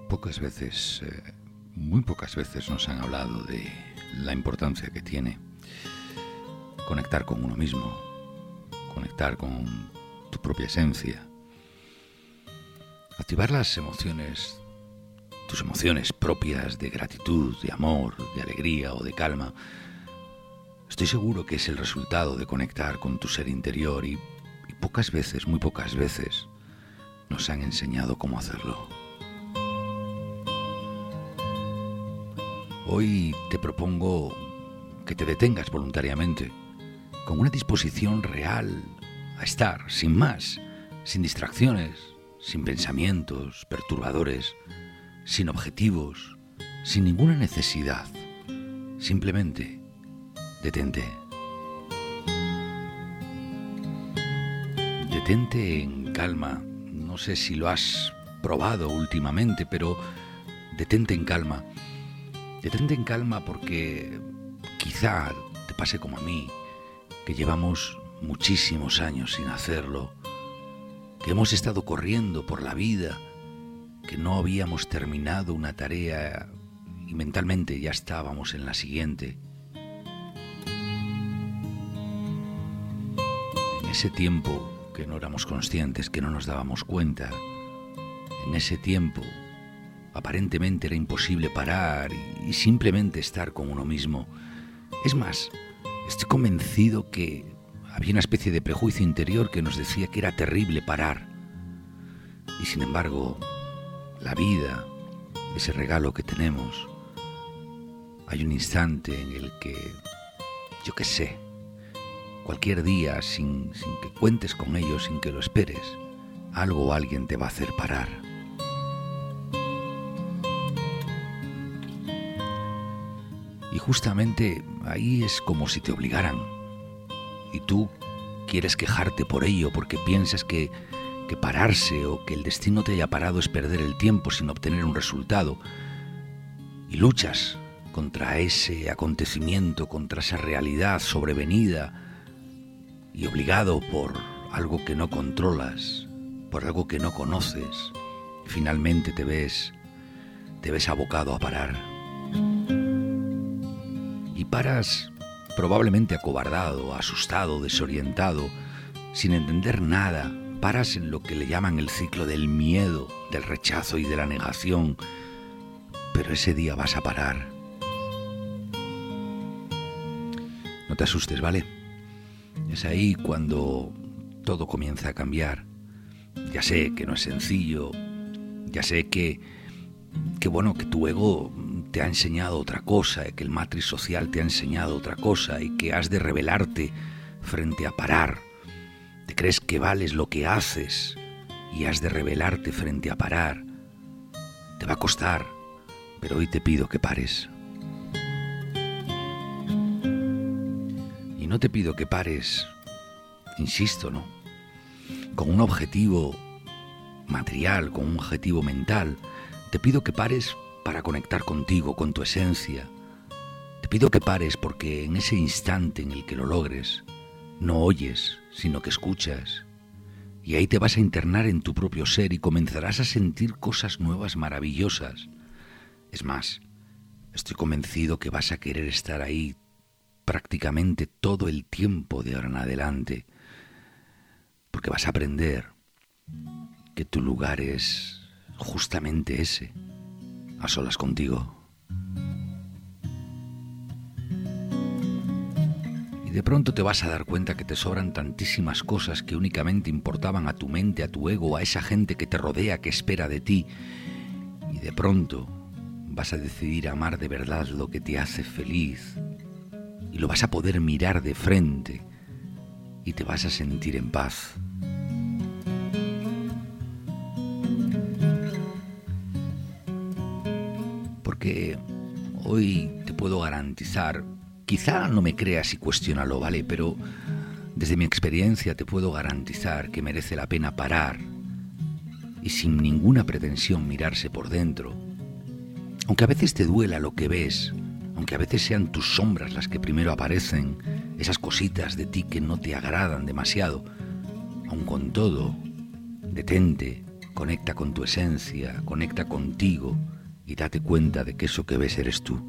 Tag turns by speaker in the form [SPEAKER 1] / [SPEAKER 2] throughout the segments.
[SPEAKER 1] Pocas veces, muy pocas veces nos han hablado de la importancia que tiene conectar con uno mismo, conectar con tu propia esencia, activar las emociones, tus emociones propias de gratitud, de amor, de alegría o de calma. Estoy seguro que es el resultado de conectar con tu ser interior y pocas veces, muy pocas veces, nos han enseñado cómo hacerlo. Hoy te propongo que te detengas voluntariamente, con una disposición real a estar, sin más, sin distracciones, sin pensamientos perturbadores, sin objetivos, sin ninguna necesidad. Simplemente, detente. Detente en calma. No sé si lo has probado últimamente, pero detente en calma. Detente en calma porque quizá te pase como a mí, que llevamos muchísimos años sin hacerlo, que hemos estado corriendo por la vida, que no habíamos terminado una tarea y mentalmente ya estábamos en la siguiente. En ese tiempo que no éramos conscientes, que no nos dábamos cuenta, en ese tiempo aparentemente era imposible parar y simplemente estar con uno mismo. Es más, estoy convencido que había una especie de prejuicio interior que nos decía que era terrible parar. Y sin embargo, la vida, ese regalo que tenemos, hay un instante en el que, yo qué sé, cualquier día, sin que cuentes con ello, sin que lo esperes, algo o alguien te va a hacer parar. Y justamente ahí es como si te obligaran. Y tú quieres quejarte por ello porque piensas que pararse o que el destino te haya parado es perder el tiempo sin obtener un resultado. Y luchas contra ese acontecimiento, contra esa realidad sobrevenida y obligado por algo que no controlas, por algo que no conoces. Finalmente te ves abocado a parar. Y paras probablemente acobardado, asustado, desorientado, sin entender nada. Paras en lo que le llaman el ciclo del miedo, del rechazo y de la negación. Pero ese día vas a parar. No te asustes, ¿vale? Es ahí cuando todo comienza a cambiar. Ya sé que no es sencillo. Ya sé que tu ego te ha enseñado otra cosa, que el matriz social te ha enseñado otra cosa y que has de rebelarte frente a parar. Te crees que vales lo que haces y has de rebelarte frente a parar. Te va a costar, pero hoy te pido que pares. Y no te pido que pares, insisto, ¿no?, con un objetivo material, con un objetivo mental. Te pido que pares para conectar contigo, con tu esencia. Te pido que pares porque en ese instante en el que lo logres, no oyes, sino que escuchas. Y ahí te vas a internar en tu propio ser y comenzarás a sentir cosas nuevas, maravillosas. Es más, estoy convencido que vas a querer estar ahí prácticamente todo el tiempo de ahora en adelante, porque vas a aprender que tu lugar es justamente ese, a solas contigo. Y de pronto te vas a dar cuenta que te sobran tantísimas cosas que únicamente importaban a tu mente, a tu ego, a esa gente que te rodea, que espera de ti. Y de pronto vas a decidir amar de verdad lo que te hace feliz. Y lo vas a poder mirar de frente y te vas a sentir en paz. Porque hoy te puedo garantizar, quizá no me creas y cuestiónalo, ¿vale? Pero desde mi experiencia te puedo garantizar que merece la pena parar y sin ninguna pretensión mirarse por dentro. Aunque a veces te duela lo que ves, aunque a veces sean tus sombras las que primero aparecen, esas cositas de ti que no te agradan demasiado, aun con todo, detente Conecta con tu esencia, conecta contigo y date cuenta de que eso que ves eres tú.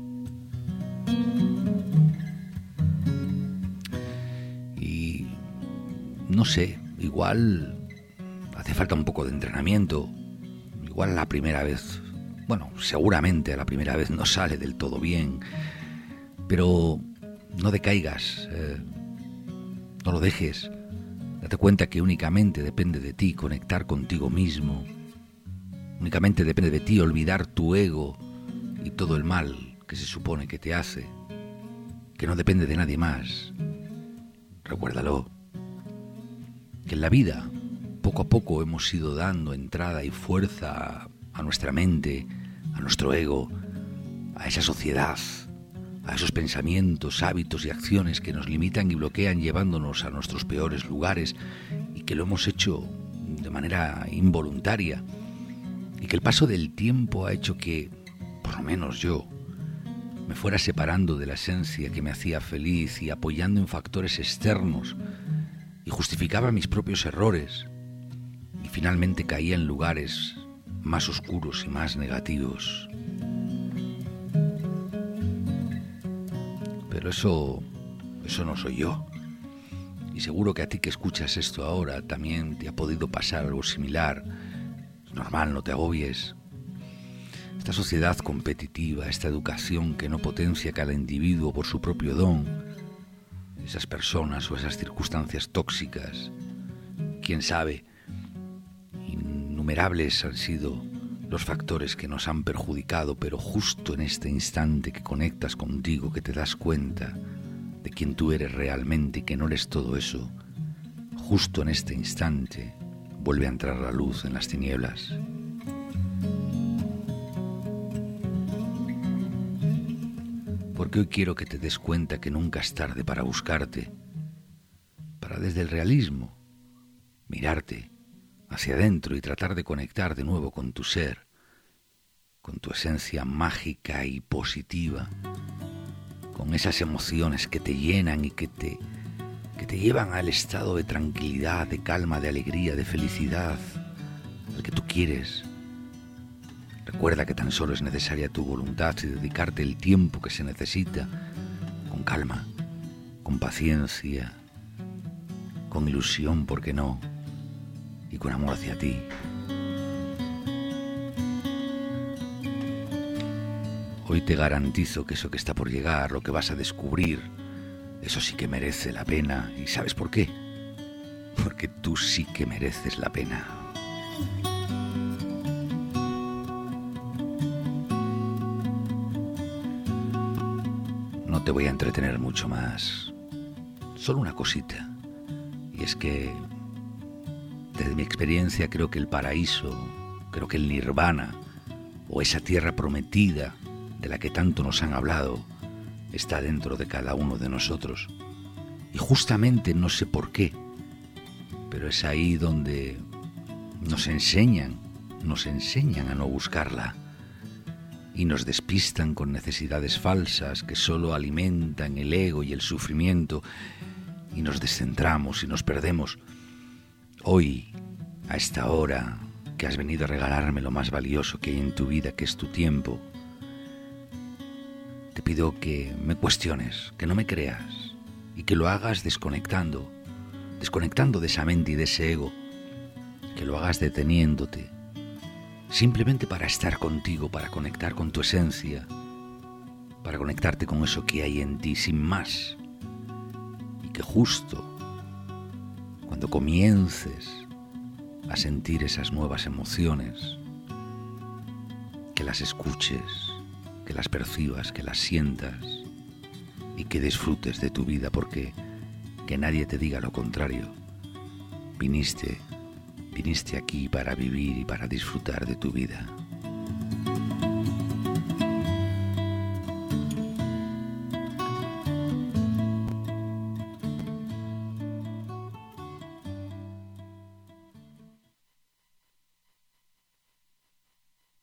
[SPEAKER 1] Y no sé, igual hace falta un poco de entrenamiento. Igual la primera vez, bueno, seguramente la primera vez no sale del todo bien, pero no decaigas, no lo dejes. Date cuenta que únicamente depende de ti conectar contigo mismo. Únicamente depende de ti olvidar tu ego y todo el mal que se supone que te hace. Que no depende de nadie más. Recuérdalo. Que en la vida, poco a poco hemos ido dando entrada y fuerza a nuestra mente, a nuestro ego, a esa sociedad, a esos pensamientos, hábitos y acciones que nos limitan y bloquean llevándonos a nuestros peores lugares y que lo hemos hecho de manera involuntaria y que el paso del tiempo ha hecho que, por lo menos yo, me fuera separando de la esencia que me hacía feliz y apoyando en factores externos y justificaba mis propios errores y finalmente caía en lugares más oscuros y más negativos. Pero eso no soy yo. Y seguro que a ti que escuchas esto ahora también te ha podido pasar algo similar. Es normal, no te agobies. Esta sociedad competitiva, esta educación que no potencia a cada individuo por su propio don, esas personas o esas circunstancias tóxicas, quién sabe, innumerables han sido los factores que nos han perjudicado, pero justo en este instante que conectas contigo, que te das cuenta de quién tú eres realmente y que no eres todo eso, justo en este instante vuelve a entrar la luz en las tinieblas. Porque hoy quiero que te des cuenta que nunca es tarde para buscarte, para desde el realismo mirarte hacia adentro y tratar de conectar de nuevo con tu ser, con tu esencia mágica y positiva, con esas emociones que te llenan y que te llevan al estado de tranquilidad, de calma, de alegría, de felicidad, al que tú quieres. Recuerda que tan solo es necesaria tu voluntad y dedicarte el tiempo que se necesita, con calma, con paciencia, con ilusión, ¿por qué no?, y con amor hacia ti. Hoy te garantizo que eso que está por llegar, lo que vas a descubrir, eso sí que merece la pena. ¿Y sabes por qué? Porque tú sí que mereces la pena. No te voy a entretener mucho más. Solo una cosita. Y es que desde mi experiencia creo que el paraíso, creo que el nirvana o esa tierra prometida de la que tanto nos han hablado está dentro de cada uno de nosotros. Y justamente no sé por qué, pero es ahí donde nos enseñan a no buscarla y nos despistan con necesidades falsas que solo alimentan el ego y el sufrimiento y nos descentramos y nos perdemos. Hoy, a esta hora que has venido a regalarme lo más valioso que hay en tu vida, que es tu tiempo, te pido que me cuestiones, que no me creas y que lo hagas desconectando de esa mente y de ese ego, que lo hagas deteniéndote, simplemente para estar contigo, para conectar con tu esencia, para conectarte con eso que hay en ti, sin más, y que justo cuando comiences a sentir esas nuevas emociones, que las escuches, que las percibas, que las sientas y que disfrutes de tu vida, porque que nadie te diga lo contrario. Viniste aquí para vivir y para disfrutar de tu vida.